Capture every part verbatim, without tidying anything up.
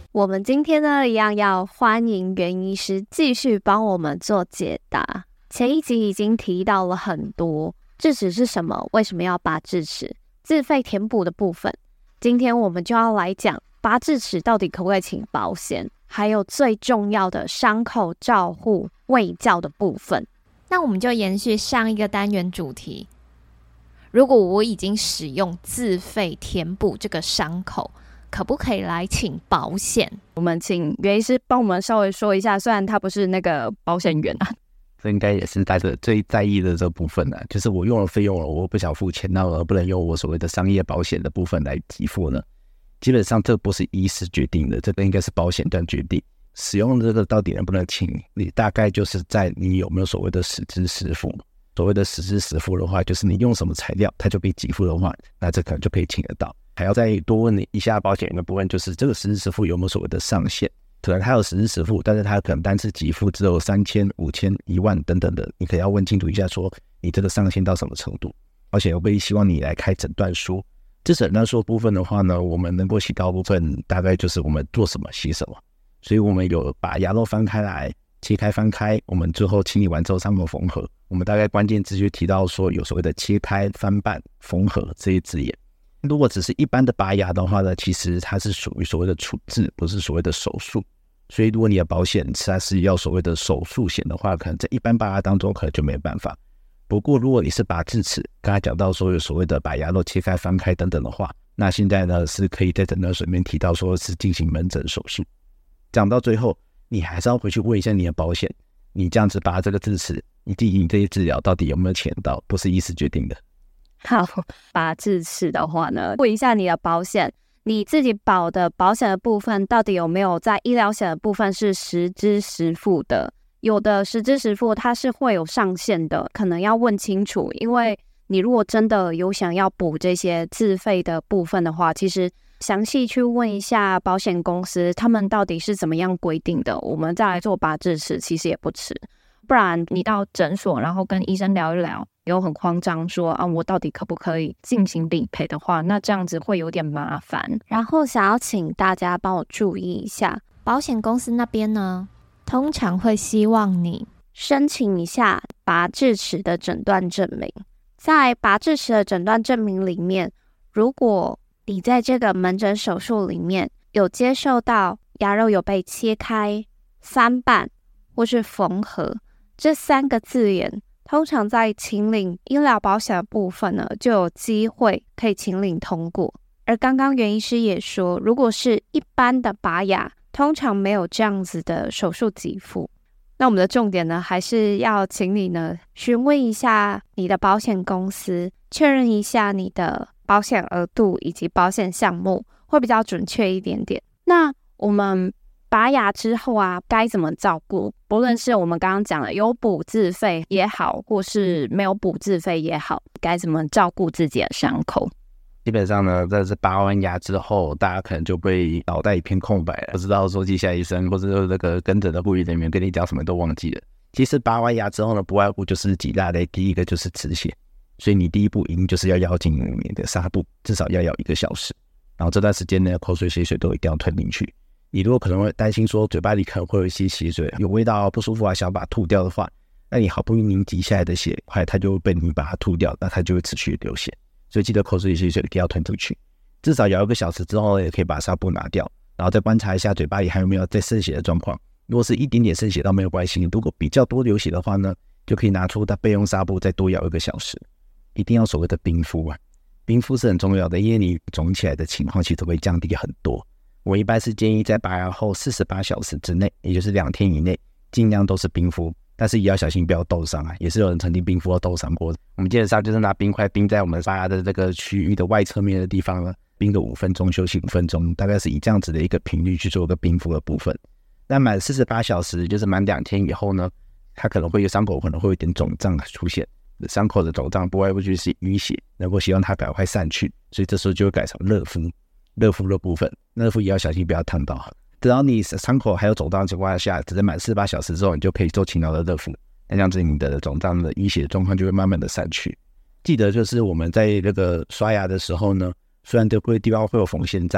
我们今天呢，一样要欢迎袁医师继续帮我们做解答。前一集已经提到了很多智齿是什么，为什么要拔智齿，自费填补的部分。今天我们就要来讲拔智齿到底可不可以请保险，还有最重要的伤口照护卫教的部分。 那我们就延续上一个单元主题，如果我已经使用自费填补这个伤口，可不可以来请保险？ 我们请袁医师帮我们稍微说一下，虽然他不是那个保险员啊， 这应该也是大家最在意的这部分啊，就是我用了费用了，我不想付钱，那我不能用我所谓的商业保险的部分来给付呢？基本上这不是医师决定的，这个应该是保险端决定。使用这个到底能不能请，你大概就是在你有没有所谓的实支实付。所谓的实支实付的话，就是你用什么材料它就被给付的话，那这可能就可以请得到。还要再多问你一下保险员的部分，就是这个实支实付有没有所谓的上限，可能它有实支实付，但是它可能单次给付只有三千、五千、一万等等的，你可能要问清楚一下，说你这个上限到什么程度。而且我会希望你来开诊断书。这诊断书的部分的话呢，我们能够写到的部分大概就是我们做什么写什么，所以我们有把牙肉翻开来，切开翻开，我们最后清理完之后伤口缝合，我们大概关键字就提到说有所谓的切开、翻瓣、缝合这些字眼。如果只是一般的拔牙的话呢，其实它是属于所谓的处置，不是所谓的手术。所以如果你的保险它是要所谓的手术险的话，可能在一般拔牙当中可能就没办法。不过如果你是拔智齿，刚才讲到说有所谓的把牙肉切开、翻开等等的话，那现在呢是可以在诊断书里面提到说是进行门诊手术。讲到最后，你还是要回去问一下你的保险，你这样子拔这个智齿，你进行这些治疗到底有没有钱到，不是医师决定的。 好，拔智齿的话呢，问一下你的保险，你自己保的保险的部分到底有没有在医疗险的部分是实支实付的？有的实支实付它是会有上限的，可能要问清楚，因为你如果真的有想要补这些自费的部分的话，其实详细去问一下保险公司，他们到底是怎么样规定的，我们再来做拔智齿其实也不迟。不然你到诊所然后跟医生聊一聊，有很慌张说啊，我到底可不可以进行理赔的话，那这样子会有点麻烦。然后想要请大家帮我注意一下， 保险公司那边呢，通常会希望你申请一下拔智齿的诊断证明。在拔智齿的诊断证明里面，如果你在这个门诊手术里面有接受到牙肉有被切开、翻瓣或是缝合这三个字眼，通常在请领医疗保险的部分呢，就有机会可以请领通过。而刚刚袁医师也说，如果是一般的拔牙，通常没有这样子的手术给付。那我们的重点呢，还是要请你呢询问一下你的保险公司，确认一下你的保险额度以及保险项目，会比较准确一点点。那我们拔牙之后啊，该怎么照顾？不论是我们刚刚讲的有补自费也好，或是没有补自费也好，该怎么照顾自己的伤口？ 基本上呢，在这拔完牙之后，大家可能就被脑袋一片空白了，不知道说接下来医生或者那个跟诊的护理人员跟你讲什么都忘记了。其实拔完牙之后呢，不外乎就是几大类，第一个就是止血，所以你第一步一定就是要咬紧你的纱布，至少要咬一个小时。然后这段时间呢，口水、血水都一定要吞进去。你如果可能会担心说嘴巴里可能会有一些血水，有味道不舒服啊，想把它吐掉的话，那你好不容易凝集下来的血块，它就会被你把它吐掉，那它就会持续流血。所以记得口水、血水一定要吞进去，至少咬一个小时之后呢，也可以把纱布拿掉，然后再观察一下嘴巴里还有没有在渗血的状况。如果是一点点渗血倒没有关系，如果比较多流血的话呢，就可以拿出它备用纱布再多咬一个小时。一定要所谓的冰敷啊，冰敷是很重要的，因为你肿起来的情况其实会降低很多。我一般是建议在拔牙后四十八小时之内，也就是两天以内，尽量都是冰敷，但是也要小心不要冻伤啊，也是有人曾经冰敷到冻伤过。我们基本上就是拿冰块冰在我们拔牙的这个区域的外侧面的地方呢，冰个五分钟，休息五分钟，大概是以这样子的一个频率去做一个冰敷的部分。那满四十八小时，就是满两天以后呢，它可能会有伤口可能会有一点肿胀出现，伤口的肿胀不外乎就是淤血，能够希望它赶快散去，所以这时候就会改成热敷。热敷的部分，热敷也要小心不要烫到。等到你伤口还有肿胀的情况下，只是满四十八小时之后，你就可以做勤劳的热敷，那这样子你的肿胀的淤血的状况就会慢慢的散去。记得就是我们在那个刷牙的时候呢，虽然这个地方会有缝线在，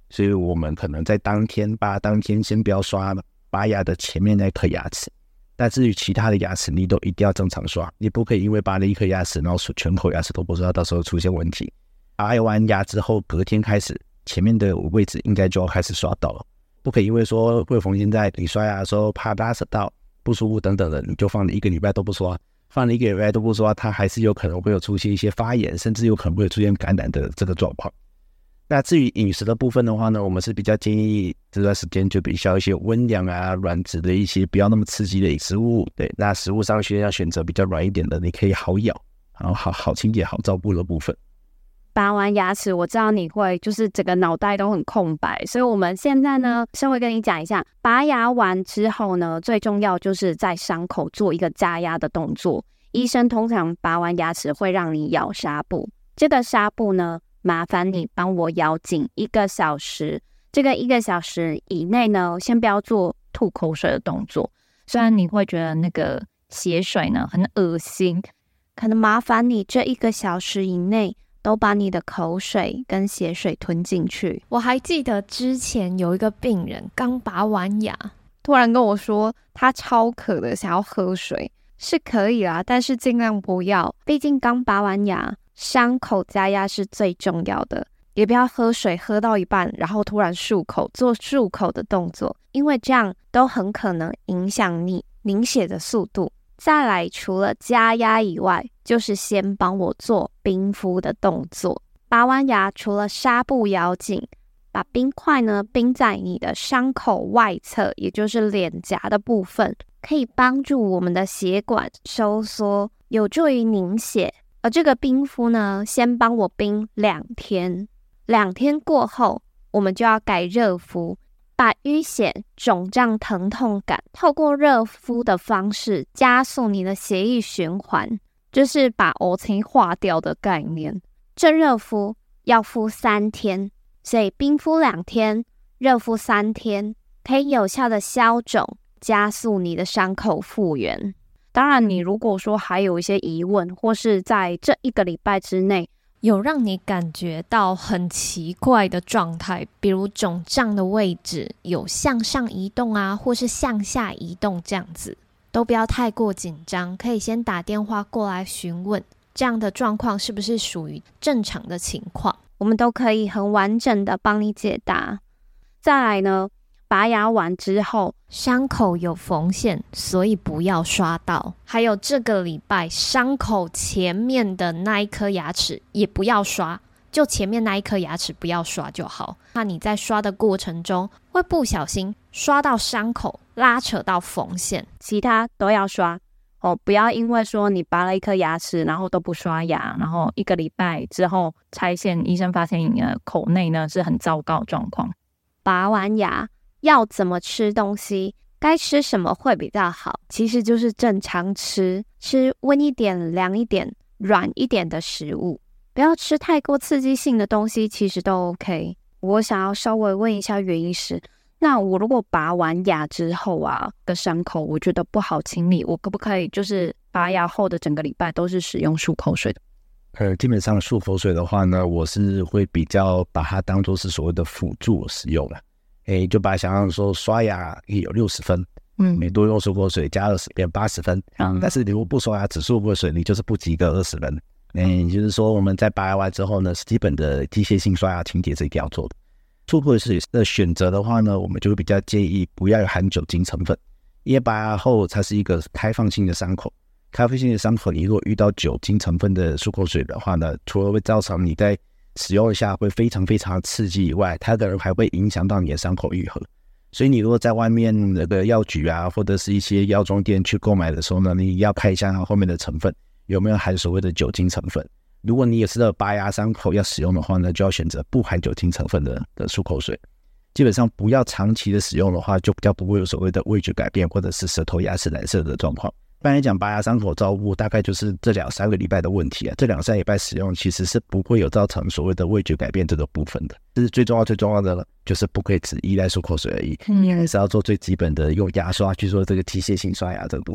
所以我们可能在当天把当天先不要刷拔牙的前面那颗牙齿，但至于其他的牙齿你都一定要正常刷，你不可以因为拔了一颗牙齿然后全口牙齿都不刷，到时候出现问题。拔完牙之后隔天开始前面的位置应该就要开始刷到了，不可以因为说会缝线在你刷牙的时候怕拉扯到不舒服等等的，你就放了一个礼拜都不刷，放了一个礼拜都不刷，它还是有可能会有出现一些发炎，甚至有可能会出现感染的这个状况。那至于饮食的部分的话呢，我们是比较建议这段时间就比较一些温凉啊、软质的一些不要那么刺激的食物。对，那食物上需要选择比较软一点的，你可以好咬，然后好好清洁、好照顾的部分。 拔完牙齿，我知道你会就是整个脑袋都很空白，所以我们现在呢，稍微跟你讲一下，拔牙完之后呢，最重要就是在伤口做一个加压的动作。医生通常拔完牙齿会让你咬纱布，这个纱布呢，麻烦你帮我咬紧一个小时。这个一个小时以内呢，先不要做吐口水的动作，虽然你会觉得那个血水呢很恶心，可能麻烦你这一个小时以内都把你的口水跟血水吞进去。 我还记得之前有一个病人刚拔完牙， 突然跟我说他超渴的，想要喝水，是可以啦，但是尽量不要，毕竟刚拔完牙，伤口加压是最重要的。也不要喝水喝到一半，然后突然漱口，做漱口的动作，因为这样都很可能影响你凝血的速度。再来，除了加压以外，就是先帮我做冰敷的动作。拔完牙，除了纱布咬紧，把冰块呢冰在你的伤口外侧，也就是脸颊的部分，可以帮助我们的血管收缩，有助于凝血。而这个冰敷呢，先帮我冰两天，两天过后，我们就要改热敷。把淤血、肿胀、疼痛感透过热敷的方式加速你的血液循环，就是把淤青化掉的概念。这热敷要敷三天，所以冰敷两天，热敷三天，可以有效的消肿，加速你的伤口复原。当然，你如果说还有一些疑问，或是在这一个礼拜之内有让你感觉到很奇怪的状态，比如肿胀的位置有向上移动啊，或是向下移动，这样子都不要太过紧张，可以先打电话过来询问这样的状况是不是属于正常的情况， 我们都可以很完整的帮你解答。再来呢，拔牙完之后， 伤口有缝线，所以不要刷到。还有这个礼拜伤口前面的那一颗牙齿也不要刷，就前面那一颗牙齿不要刷就好。那你在刷的过程中会不小心刷到伤口，拉扯到缝线， 其他都要刷哦。不要因为说你拔了一颗牙齿，然后都不刷牙，然后一个礼拜之后拆线，医生发现你的口内呢是很糟糕的状况。拔完牙要怎么吃东西，该吃什么会比较好，其实就是正常吃，吃温一点、凉一点、软一点的食物，不要吃太过刺激性的东西，其实都 OK。 我想要稍微问一下袁医师，那我如果拔完牙之后啊的伤口我觉得不好清理，我可不可以就是拔牙后的整个礼拜都是使用漱口水的？ 呃，基本上漱口水的话呢，我是会比较把它当作是所谓的辅助使用了。诶，就把想象说刷牙有六十分，嗯，每多用漱口水加二十变八十分，嗯，但是你如果不刷牙只漱口水，你就是不及格二十分。嗯，也就是说我们在拔牙完之后呢，基本的机械性刷牙清洁是一定要做的。漱口水的选择的话呢，我们就会比较建议不要有含酒精成分，因为拔牙后它是一个开放性的伤口，开放性的伤口你如果遇到酒精成分的漱口水的话呢，除了会造成你在使用一下会非常非常刺激以外，它可能还会影响到你的伤口愈合。所以你如果在外面那个药局啊，或者是一些药妆店去购买的时候呢，你要看一下它后面的成分有没有含所谓的酒精成分。如果你也是拔牙伤口要使用的话呢，就要选择不含酒精成分的的漱口水。基本上不要长期的使用的话，就比较不会有所谓的味觉改变或者是舌头牙齿染色的状况。一般来讲，拔牙伤口照顾大概就是这两三个礼拜的问题啊。这两三个礼拜使用其实是不会有造成所谓的味觉改变这个部分的。这是最重要最重要的了，就是不可以只依赖漱口水而已，嗯，是要做最基本的用牙刷去做这个机械性刷牙这个部分。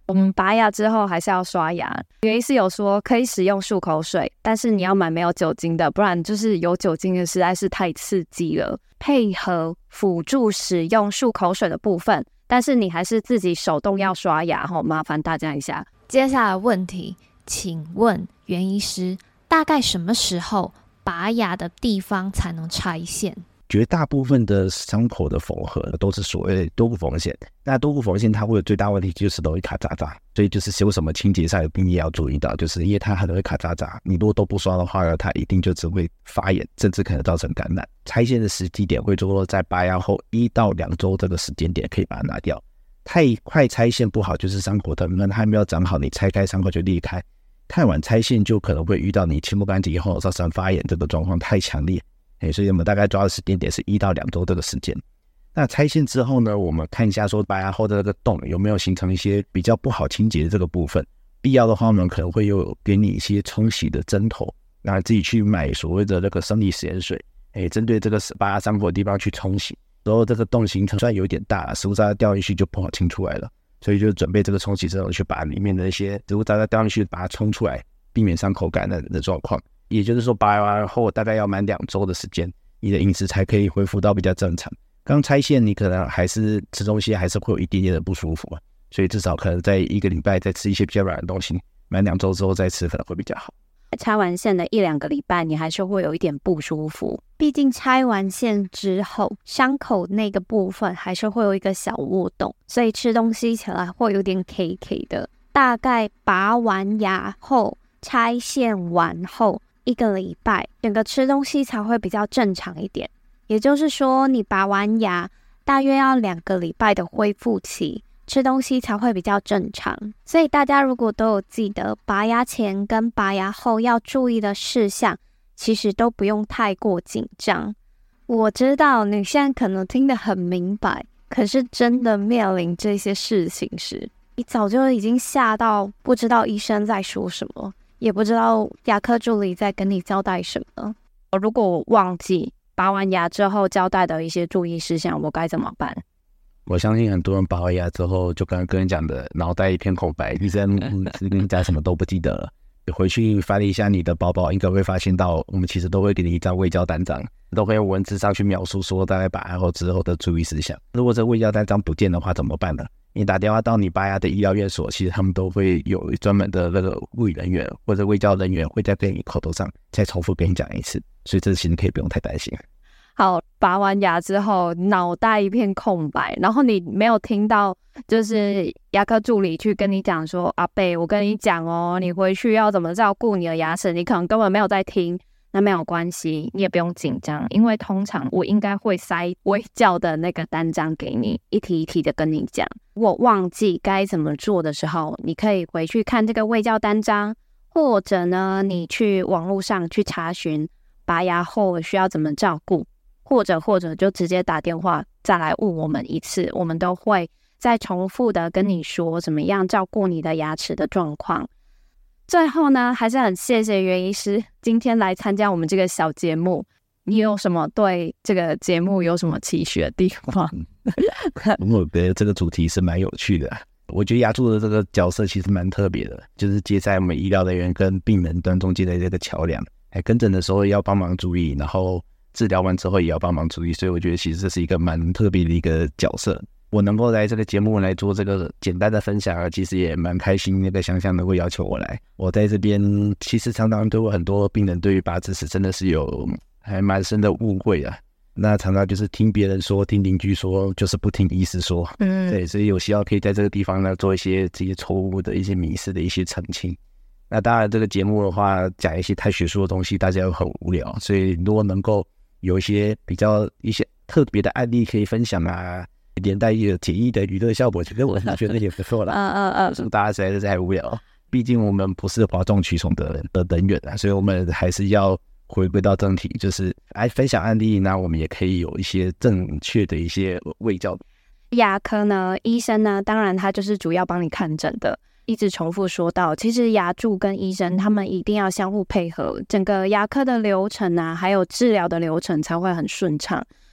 我们拔牙之后还是要刷牙，原因是有说可以使用漱口水，但是你要买没有酒精的，不然就是有酒精的实在是太刺激了。配合辅助使用漱口水的部分，但是你还是自己手动要刷牙，麻烦大家一下。 接下来问题，请问袁医师，大概什么时候拔牙的地方才能拆线？ 绝大部分的伤口的缝合都是所谓的多部缝线，那多部缝线它会有最大问题就是都会卡渣渣，所以就是有什么清洁上的病也要注意到，就是因为它很容易卡渣渣，你如果都不刷的话呢，它一定就只会发炎，甚至可能造成感染。拆线的时机点会坐落在拔牙后一到两周这个时间点可以把它拿掉。太快拆线不好，就是伤口的根还没有长好，你拆开伤口就裂开，太晚拆线就可能会遇到你清不干净以后造成发炎，这个状况太强烈。欸、所以我们大概抓的时间点是一到两周这个时间。那拆线之后呢，我们看一下说拔牙后的这个洞有没有形成一些比较不好清洁的这个部分，必要的话我们可能会有给你一些冲洗的针头，然后自己去买所谓的那个生理食盐水，欸、针对这个拔牙伤口的地方去冲洗，然后这个洞形成虽然有点大，食物渣渣掉进去就不好清出来了，所以就准备这个冲洗针头去把里面的一些食物渣渣掉进去把它冲出来，避免伤口感染的状况。也就是说拔牙后大概要满两周的时间，你的饮食才可以恢复到比较正常。刚拆线你可能还是吃东西还是会有一点点的不舒服嘛，所以至少可能在一个礼拜再吃一些比较软的东西，满两周之后再吃可能会比较好。 拆完线的一两个礼拜你还是会有一点不舒服，毕竟拆完线之后伤口那个部分还是会有一个小窝洞，所以吃东西起来会有点 K K 的。大概拔完牙后拆线完后一个礼拜，整个吃东西才会比较正常一点。也就是说，你拔完牙大约要两个礼拜的恢复期，吃东西才会比较正常。所以大家如果都有记得拔牙前跟拔牙后要注意的事项，其实都不用太过紧张。我知道你现在可能听得很明白，可是真的面临这些事情时，你早就已经吓到不知道医生在说什么，也不知道牙科助理在跟你交代什么。如果我忘记拔完牙之后交代的一些注意事项，我该怎么办？ 我相信很多人拔完牙之后就刚刚跟你讲的脑袋一片空白，医生跟你讲什么都不记得了。回去翻一下你的包包，应该会发现到我们其实都会给你一张卫教单张，都会用文字上去描述说大概拔牙后之后的注意事项。如果这卫教单张不见的话怎么办呢？你打电话到你拔牙的医疗院所，其实他们都会有专门的那个护理人员或者卫教人员会再跟你口头上再重复跟你讲一次，所以这其实可以不用太担心。 好，拔完牙之后脑袋一片空白，然后你没有听到就是牙科助理去跟你讲说，阿贝我跟你讲哦，你回去要怎么照顾你的牙齿，你可能根本没有在听。那没有关系，你也不用紧张，因为通常我应该会塞卫教的那个单张给你，一题一题的跟你讲。如果忘记该怎么做的时候，你可以回去看这个卫教单张，或者呢你去网络上去查询拔牙后需要怎么照顾，或者或者就直接打电话再来问我们一次，我们都会再重复的跟你说怎么样照顾你的牙齿的状况。最后呢，还是很谢谢袁医师今天来参加我们这个小节目。你有什么对这个节目有什么期许的地方？ 我觉得这个主题是蛮有趣的，我觉得牙助的这个角色其实蛮特别的，就是接在我们医疗人员跟病人端中间的这个桥梁，哎，跟诊的时候要帮忙注意，然后治疗完之后也要帮忙注意，所以我觉得其实这是一个蛮特别的一个角色。我能够来这个节目来做这个简单的分享，其实也蛮开心，那个想想能够要求我来。我在这边其实常常都有很多病人对于拔智齿真的是有还蛮深的误会啊，那常常就是听别人说听邻居说，就是不听医师说。嗯，对，所以有希望可以在这个地方呢做一些这些错误的一些迷思的一些澄清。那当然这个节目的话讲一些太学术的东西大家又很无聊，所以如果能够有一些比较一些特别的案例可以分享啊，连带有简易的娱乐效果，其实我觉得也不错啦。嗯嗯嗯，大家实在是太无聊，毕竟我们不是哗众取宠的的人员啊，所以我们还是要回归到正题，就是来分享案例，那我们也可以有一些正确的一些卫教。 牙科呢，医生呢，当然他就是主要帮你看诊的。一直重复说到，其实牙助跟医生他们一定要相互配合，整个牙科的流程啊，还有治疗的流程才会很顺畅。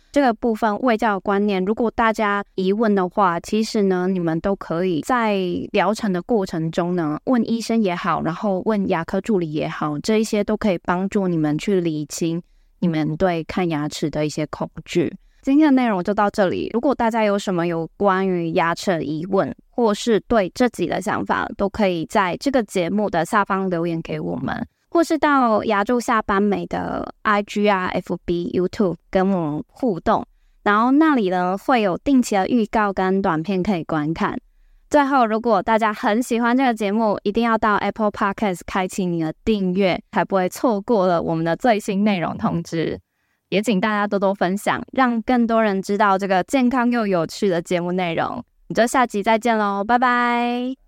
这个部分卫教观念，如果大家疑问的话，其实呢，你们都可以在疗程的过程中呢，问医生也好，然后问牙科助理也好，这一些都可以帮助你们去厘清你们对看牙齿的一些恐惧。今天的内容就到这里，如果大家有什么有关于牙齿的疑问，或是对这集的想法，都可以在这个节目的下方留言给我们，或是到牙助下班美的 I G 啊、F B、YouTube 跟我们互动，然后那里呢会有定期的预告跟短片可以观看。最后，如果大家很喜欢这个节目，一定要到 Apple Podcast 开启你的订阅，才不会错过了我们的最新内容通知。也请大家多多分享，让更多人知道这个健康又有趣的节目内容。我们就下集再见咯，拜拜。